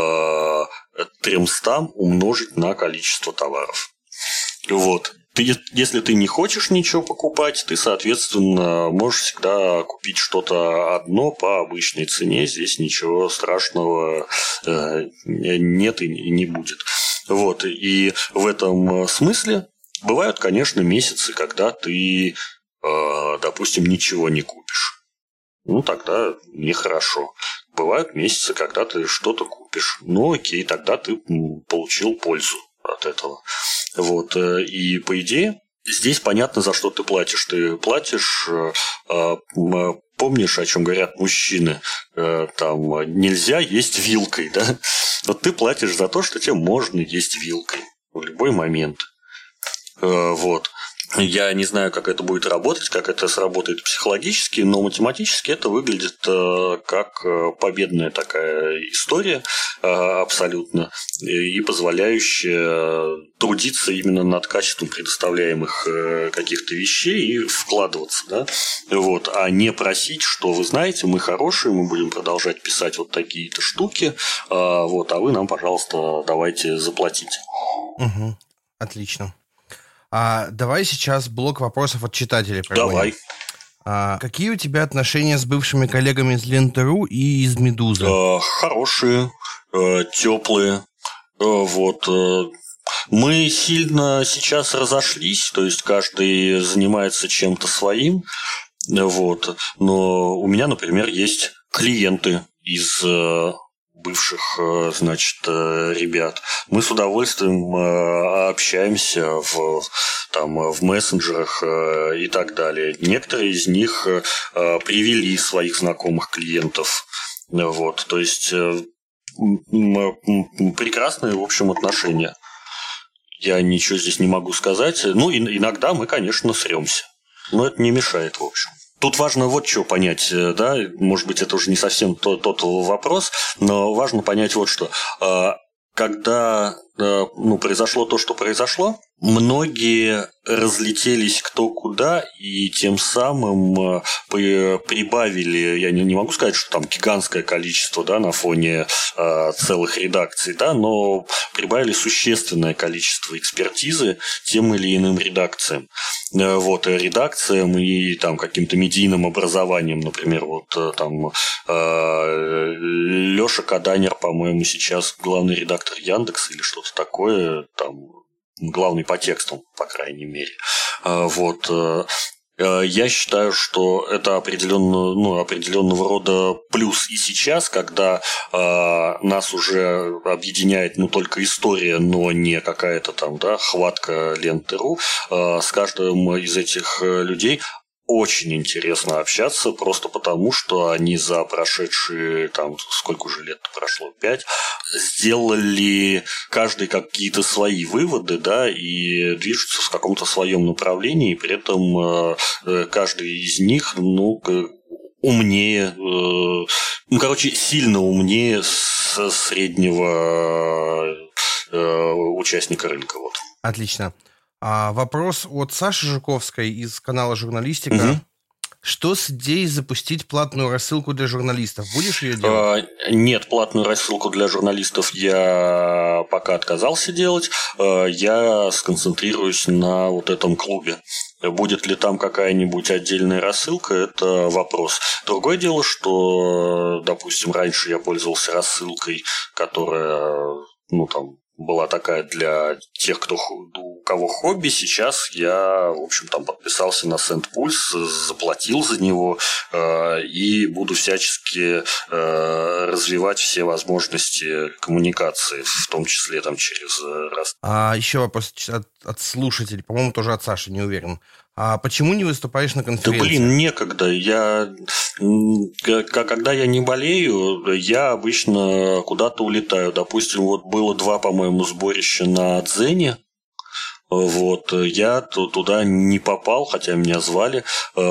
300 умножить на количество товаров. Вот. Если ты не хочешь ничего покупать, ты, соответственно, можешь всегда купить что-то одно по обычной цене. Здесь ничего страшного нет и не будет. Вот. И в этом смысле бывают, конечно, месяцы, когда ты, допустим, ничего не купишь. Тогда нехорошо. Бывают месяцы, когда ты что-то купишь. Окей, тогда ты получил пользу от этого. Вот. И по идее, здесь понятно, за что ты платишь. Ты платишь, помнишь, о чем говорят мужчины? Нельзя есть вилкой, да? Вот ты платишь за то, что тебе можно есть вилкой в любой момент. Вот. Я не знаю, как это будет работать, как это сработает психологически, но математически это выглядит как победная такая история абсолютно, и позволяющая трудиться именно над качеством предоставляемых каких-то вещей и вкладываться, да? Вот, а не просить, что вы знаете, мы хорошие, мы будем продолжать писать вот такие-то штуки, а вы нам, пожалуйста, давайте заплатите. Угу. Отлично. Давай сейчас блок вопросов от читателей проводим. Давай. Какие у тебя отношения с бывшими коллегами из Ленты.ру и из Медузы? Хорошие, теплые. Вот. Мы сильно сейчас разошлись, то есть каждый занимается чем-то своим. Вот. Но у меня, например, есть клиенты из бывших, ребят. Мы с удовольствием общаемся в мессенджерах и так далее. Некоторые из них привели своих знакомых клиентов. Вот. То есть прекрасные, в общем, отношения. Я ничего здесь не могу сказать. Иногда мы, конечно, срёмся. Но это не мешает, в общем. Тут важно вот что понять, да, может быть, это уже не совсем тот вопрос, но важно понять вот что. Когда произошло то, что произошло, многие разлетелись кто куда, и тем самым прибавили, я не могу сказать, что там гигантское количество, да, на фоне целых редакций, да, но прибавили существенное количество экспертизы тем или иным редакциям. Вот, редакциям и каким-то медийным образованием, например, Леша Каданер, по-моему, сейчас главный редактор Яндекса или что-то такое, главный по текстам, по крайней мере. Вот. Я считаю, что это определенного рода плюс и сейчас, когда нас уже объединяет только история, но не какая-то хватка Ленты.ру. С каждым из этих людей очень интересно общаться, просто потому, что они за прошедшие, сколько уже лет прошло, 5, сделали каждый какие-то свои выводы, да, и движутся в каком-то своем направлении, и при этом каждый из них, умнее, сильно умнее среднего участника рынка, вот. Отлично. Вопрос от Саши Жуковской из канала «Журналистика». Что с идеей запустить платную рассылку для журналистов? Будешь ее делать? Нет, платную рассылку для журналистов я пока отказался делать. Я сконцентрируюсь на вот этом клубе. Будет ли там какая-нибудь отдельная рассылка, это вопрос. Другое дело, что, допустим, раньше я пользовался рассылкой, которая, была такая для тех, у кого хобби. Сейчас я, в общем, там подписался на SendPulse, заплатил за него и буду всячески развивать все возможности коммуникации, в том числе там через раз. Еще вопрос от слушателей, по-моему, тоже от Саши, не уверен. Почему не выступаешь на конференции? Да, некогда. Когда я не болею, я обычно куда-то улетаю. Допустим, было 2, по-моему, сборища на Дзене. Я туда не попал, хотя меня звали.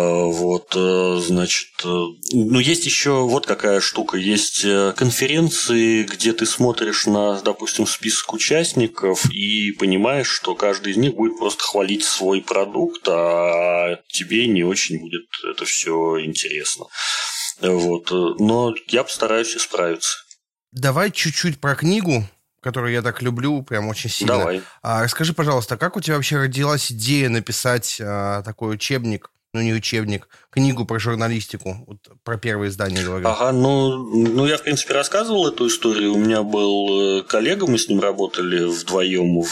Есть еще какая штука. Есть конференции, где ты смотришь на, допустим, список участников и понимаешь, что каждый из них будет просто хвалить свой продукт, а тебе не очень будет это все интересно. Но я постараюсь исправиться. Давай чуть-чуть про книгу, которую я так люблю, прям очень сильно. Давай. Расскажи, пожалуйста, как у тебя вообще родилась идея написать такой учебник, не учебник, книгу про журналистику, про первое издание говорю. Я, в принципе, рассказывал эту историю. У меня был коллега, мы с ним работали вдвоем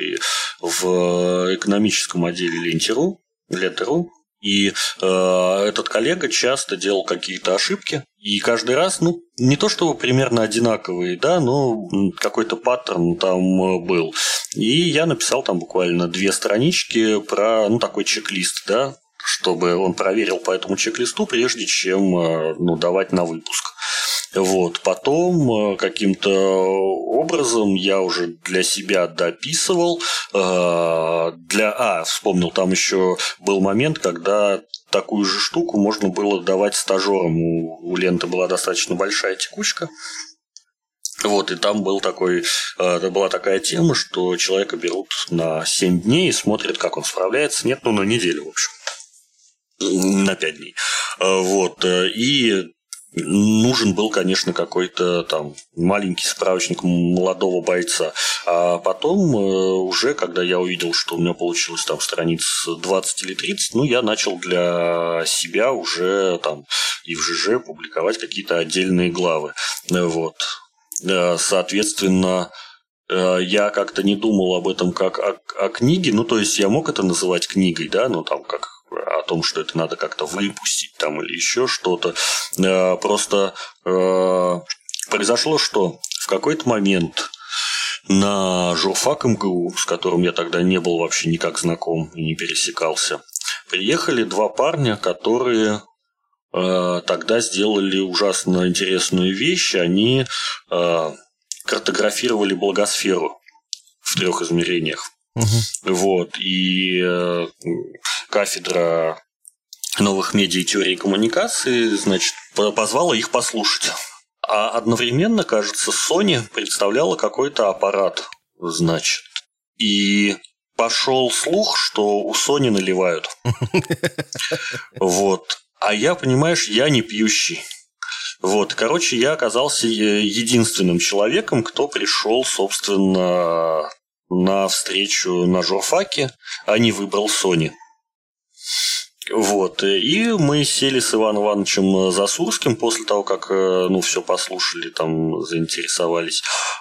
в экономическом отделе Ленте.ру. И этот коллега часто делал какие-то ошибки. И каждый раз, не то чтобы примерно одинаковые, да, но какой-то паттерн там был. И я написал там буквально 2 странички про, такой чек-лист, да, чтобы он проверил по этому чек-листу, прежде чем давать на выпуск. Потом каким-то образом я уже для себя дописывал. Вспомнил, там еще был момент, когда такую же штуку можно было давать стажерам. У Ленты была достаточно большая текучка. И там была такая тема, что человека берут на 7 дней и смотрят, как он справляется. Нет, на неделю, в общем. На 5 дней. И нужен был, конечно, какой-то там маленький справочник молодого бойца. А потом уже, когда я увидел, что у меня получилось там страниц 20 или 30, я начал для себя уже там и в ЖЖ публиковать какие-то отдельные главы. Соответственно, я как-то не думал об этом как о книге. То есть я мог это называть книгой, да, как о том, что это надо как-то выпустить там или еще что-то. Просто произошло, что в какой-то момент на журфак МГУ, с которым я тогда не был вообще никак знаком и не пересекался, приехали 2 парня, которые тогда сделали ужасно интересную вещь. Они картографировали благосферу в 3 измерениях. И кафедра новых медиа и теории коммуникации, позвала их послушать. А одновременно, кажется, Sony представляла какой-то аппарат, И пошел слух, что у Sony наливают. А я, понимаешь, я не пьющий. Я оказался единственным человеком, кто пришел, собственно, на встречу на журфаке, а не выбрал Sony. И мы сели с Иваном Ивановичем Засурским после того, как все послушали, там заинтересовались.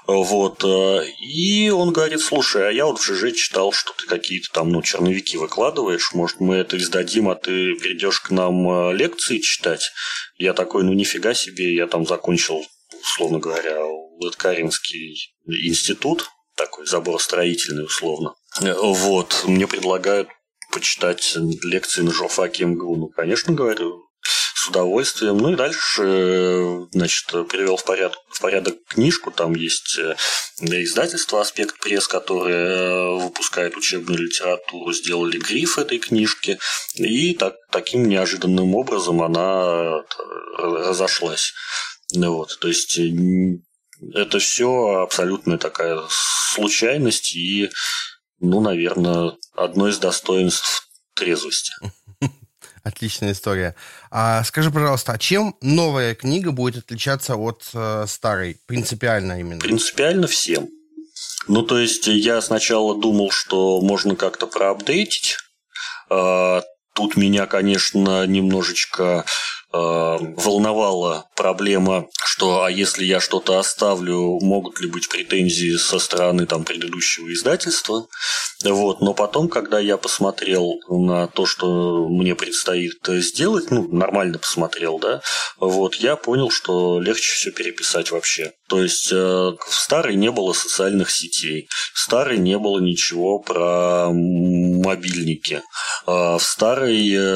И он говорит: слушай, а я в ЖЖ читал, что ты какие-то там черновики выкладываешь, может, мы это издадим, а ты придешь к нам лекции читать? Я такой: нифига себе, я там закончил, условно говоря, Лыткаринский институт, такой заборостроительный условно. Мне предлагают почитать лекции на журфаке МГУ. Конечно, говорю, с удовольствием. И дальше, привел в порядок книжку. Там есть издательство «Аспект Пресс», которое выпускает учебную литературу. Сделали гриф этой книжки. И таким неожиданным образом она разошлась. То есть это все абсолютная такая случайность. И наверное, одно из достоинств трезвости. Отличная история. Скажи, пожалуйста, а чем новая книга будет отличаться от старой? Принципиально именно. Принципиально всем. То есть, я сначала думал, что можно как-то проапдейтить. Тут меня, конечно, немножечко волновала проблема, что если я что-то оставлю, могут ли быть претензии со стороны предыдущего издательства. Но потом, когда я посмотрел на то, что мне предстоит сделать, нормально посмотрел, да, я понял, что легче все переписать вообще. То есть, в старой не было социальных сетей, в старой не было ничего про мобильники, в старой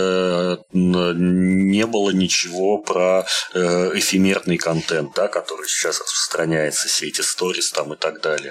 не было ничего про эфемерный контент, да, который сейчас распространяется, все эти сторис и так далее.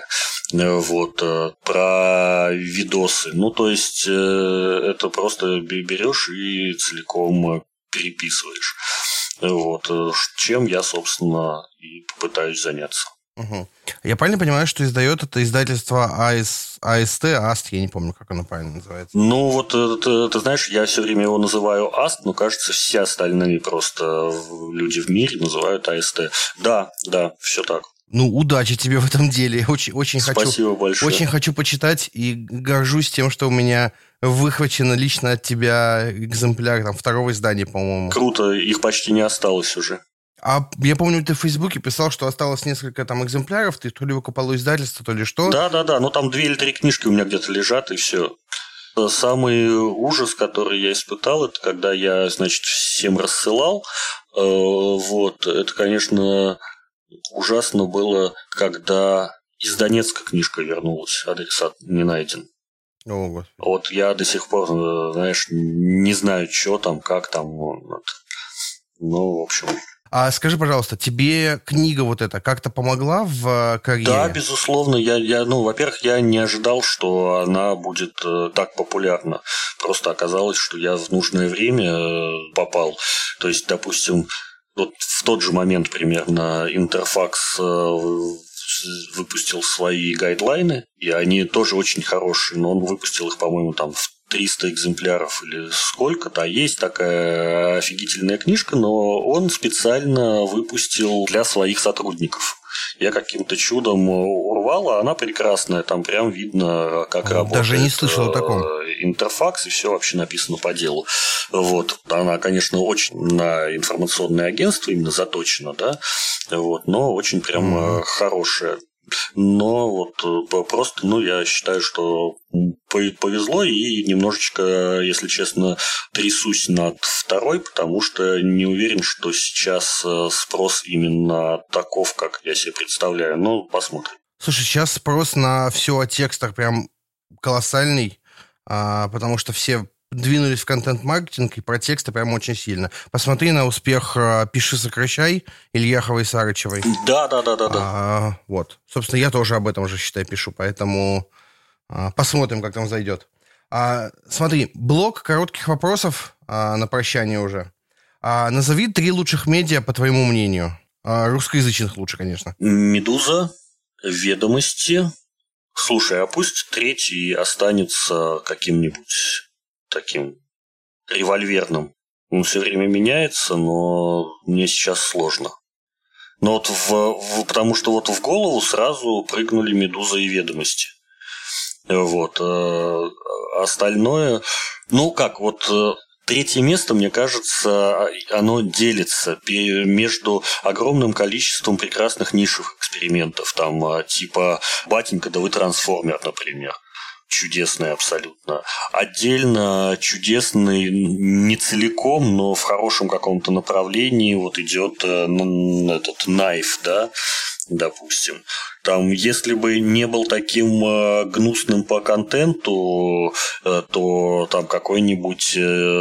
Про видосы. То есть, это просто берешь и целиком переписываешь. Чем я, собственно, и попытаюсь заняться. Угу. Я правильно понимаю, что издает это издательство АСТ, я не помню, как оно правильно называется. Ты знаешь, я все время его называю АСТ, но, кажется, все остальные просто люди в мире называют АСТ. Да, все так. Удачи тебе в этом деле. Очень Спасибо большое. Очень хочу почитать и горжусь тем, что у меня выхвачено лично от тебя экземпляр второго издания, по-моему. Круто, их почти не осталось уже. Я помню, ты в Фейсбуке писал, что осталось несколько экземпляров, ты то ли выкупал у издательства, то ли что. Да, там 2 или 3 книжки у меня где-то лежат, и все. Самый ужас, который я испытал, это когда я, всем рассылал. Это, конечно, ужасно было, когда из Донецка книжка вернулась, адресат не найден. Я до сих пор, знаешь, не знаю, что там, как там. В общем... скажи, пожалуйста, тебе книга эта как-то помогла в карьере? Да, безусловно. Во-первых, я не ожидал, что она будет так популярна. Просто оказалось, что я в нужное время попал. То есть, допустим, в тот же момент примерно Интерфакс выпустил свои гайдлайны, и они тоже очень хорошие, но он выпустил их, по-моему, в 300 экземпляров или сколько-то. Есть такая офигительная книжка, но он специально выпустил для своих сотрудников. Я каким-то чудом урвал, а она прекрасная. Там прям видно, как работает. Даже не слышал о таком. Интерфакс, и все вообще написано по делу. Она, конечно, очень на информационное агентство именно заточена, да, но очень прям хорошая. Но просто, я считаю, что повезло, и немножечко, если честно, трясусь над второй, потому что не уверен, что сейчас спрос именно таков, как я себе представляю. Посмотрим. Слушай, сейчас спрос на все о текстах прям колоссальный, потому что все двинулись в контент-маркетинг, и про тексты прям очень сильно. Посмотри на успех «Пиши, сокращай» Ильяховой и Сарычевой. Да. Собственно, я тоже об этом же, считай, пишу, поэтому посмотрим, как там зайдет. Смотри, блок коротких вопросов на прощание уже. Назови 3 лучших медиа, по твоему мнению. Русскоязычных лучше, конечно. «Медуза», «Ведомости». Слушай, а пусть 3-й останется каким-нибудь таким револьверным. Он все время меняется, но мне сейчас сложно. Но потому что в голову сразу прыгнули «Медуза» и «Ведомости». Остальное... 3-е место, мне кажется, оно делится между огромным количеством прекрасных нишевых экспериментов. Типа «Батенька, да вы трансформер», например. Чудесный абсолютно. Отдельно чудесный не целиком, но в хорошем каком-то направлении идет этот «Найф», да, допустим. Если бы не был таким гнусным по контенту, то какой-нибудь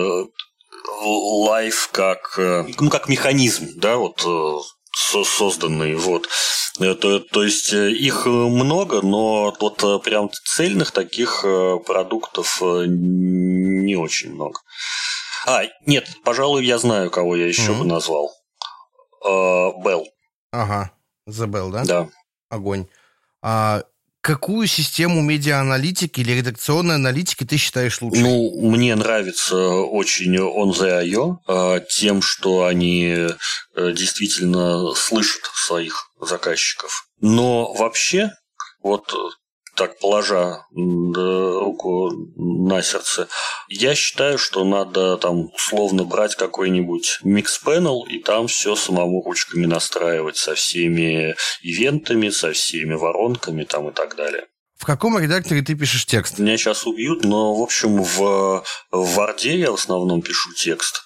лайф как механизм, да, созданный, То есть их много, но прям цельных таких продуктов не очень много. Нет, пожалуй, я знаю, кого я еще бы назвал. Белл. Ага, The Bell, да? Да. Огонь. какую систему медиа-аналитики или редакционной аналитики ты считаешь лучшей? Ну, мне нравится очень OnTheIO тем, что они действительно слышат своих заказчиков. Но вообще, вот так положа руку на сердце, я считаю, что надо там условно брать какой-нибудь микс-панел и там все самому ручками настраивать со всеми ивентами, со всеми воронками там и так далее. В каком редакторе ты пишешь текст? Меня сейчас убьют, но, в общем, в Word я в основном пишу текст.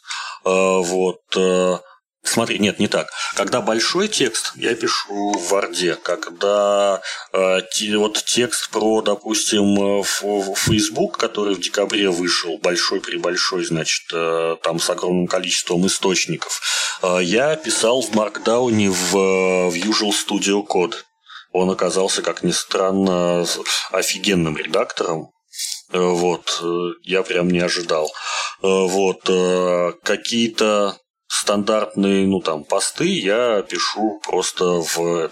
Смотри, нет, не так. Когда большой текст, я пишу в Word. Когда вот текст про, допустим, Facebook, который в декабре вышел, большой-пребольшой, значит, там с огромным количеством источников, я писал в Markdown в Visual Studio Code. Он оказался, как ни странно, офигенным редактором. Вот, я прям не ожидал. Вот, какие-то стандартные, посты я пишу просто в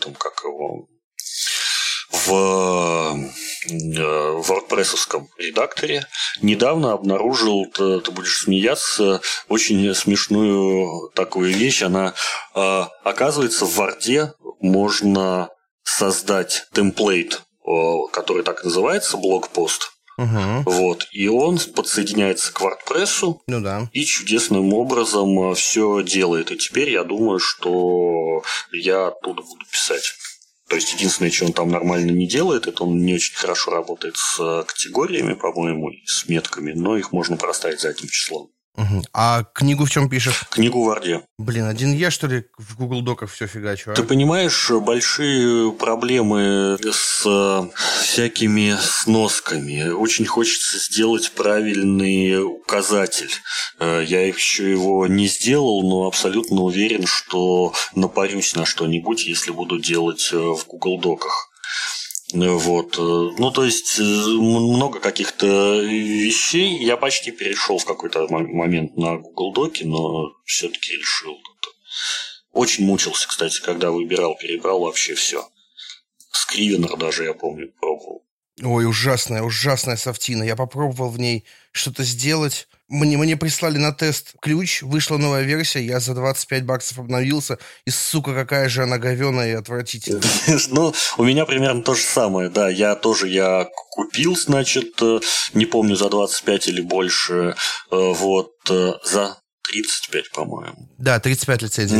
WordPress-овском редакторе. Недавно обнаружил, ты будешь смеяться, очень смешную такую вещь. Она, оказывается, в Word можно создать темплейт, который так называется, блогпост. Угу. Вот. И он подсоединяется к WordPress, и чудесным образом все делает. И теперь я думаю, что я оттуда буду писать. То есть, единственное, что он там нормально не делает, это он не очень хорошо работает с категориями, по-моему, и с метками, но их можно проставить задним числом. Угу. А книгу в чем пишешь? Книгу в Word. Блин, один я, что ли, в Google Доках все фигачу, а? Ты понимаешь, большие проблемы с всякими сносками. Очень хочется сделать правильный указатель. Я еще его не сделал, но абсолютно уверен, что напарюсь на что-нибудь, если буду делать в Google Доках. Вот. То есть, много каких-то вещей. Я почти перешел в какой-то момент на Google Доки, но все-таки решил. Очень мучился, кстати, когда перебрал вообще все. Scrivener даже, я помню, пробовал. Ой, ужасная софтина. Я попробовал в ней что-то сделать. Мне прислали на тест ключ, вышла новая версия, я за $25 обновился, и, сука, какая же она говёная и отвратительная. У меня примерно то же самое, да. Я купил, значит, не помню, за 25 или больше, за 35, по-моему. Да, 35 лицензий.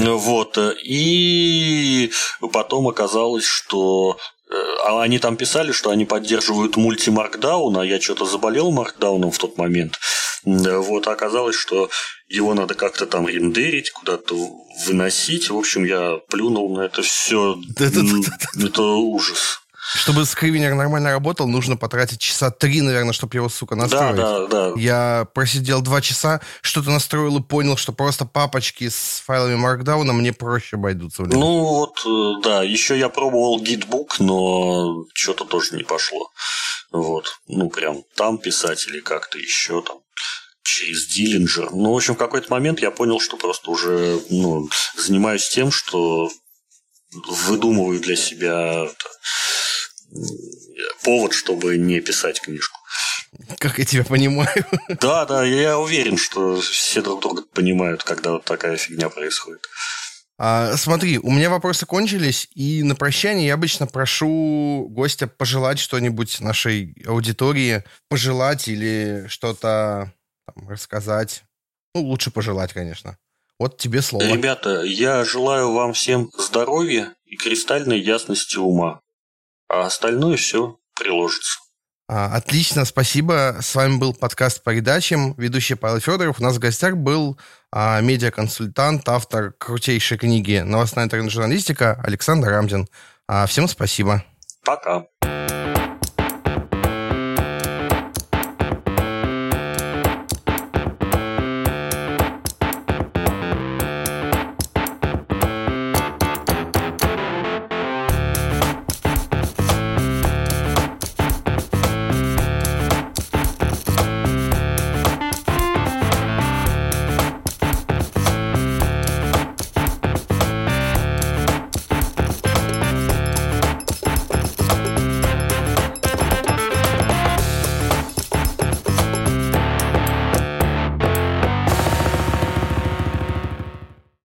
И потом оказалось, что... Они там писали, что они поддерживают мульти-маркдаун, а я что-то заболел маркдауном в тот момент. Оказалось, что его надо как-то там рендерить, куда-то выносить. В общем, я плюнул на это все. Это ужас. Чтобы Scrivener нормально работал, нужно потратить часа 3, наверное, чтобы его, сука, настроить. Да. Я просидел 2 часа, что-то настроил и понял, что просто папочки с файлами Markdown мне проще обойдутся. Еще я пробовал Gitbook, но что-то тоже не пошло. Прям там писать или как-то еще там. Через Dillinger. В общем, в какой-то момент я понял, что просто уже занимаюсь тем, что выдумываю для себя повод, чтобы не писать книжку. Как я тебя понимаю. Да, я уверен, что все друг друга понимают, когда вот такая фигня происходит. Смотри, у меня вопросы кончились, и на прощание я обычно прошу гостя пожелать что-нибудь нашей аудитории, пожелать или что-то там рассказать. Лучше пожелать, конечно. Вот тебе слово. Ребята, я желаю вам всем здоровья и кристальной ясности ума. А остальное все приложится. Отлично, спасибо. С вами был подкаст по передачам. Ведущий Павел Федоров. У нас в гостях был медиаконсультант, автор крутейшей книги «Новостная интернет-журналистика» Александр Рамдин. Всем спасибо. Пока.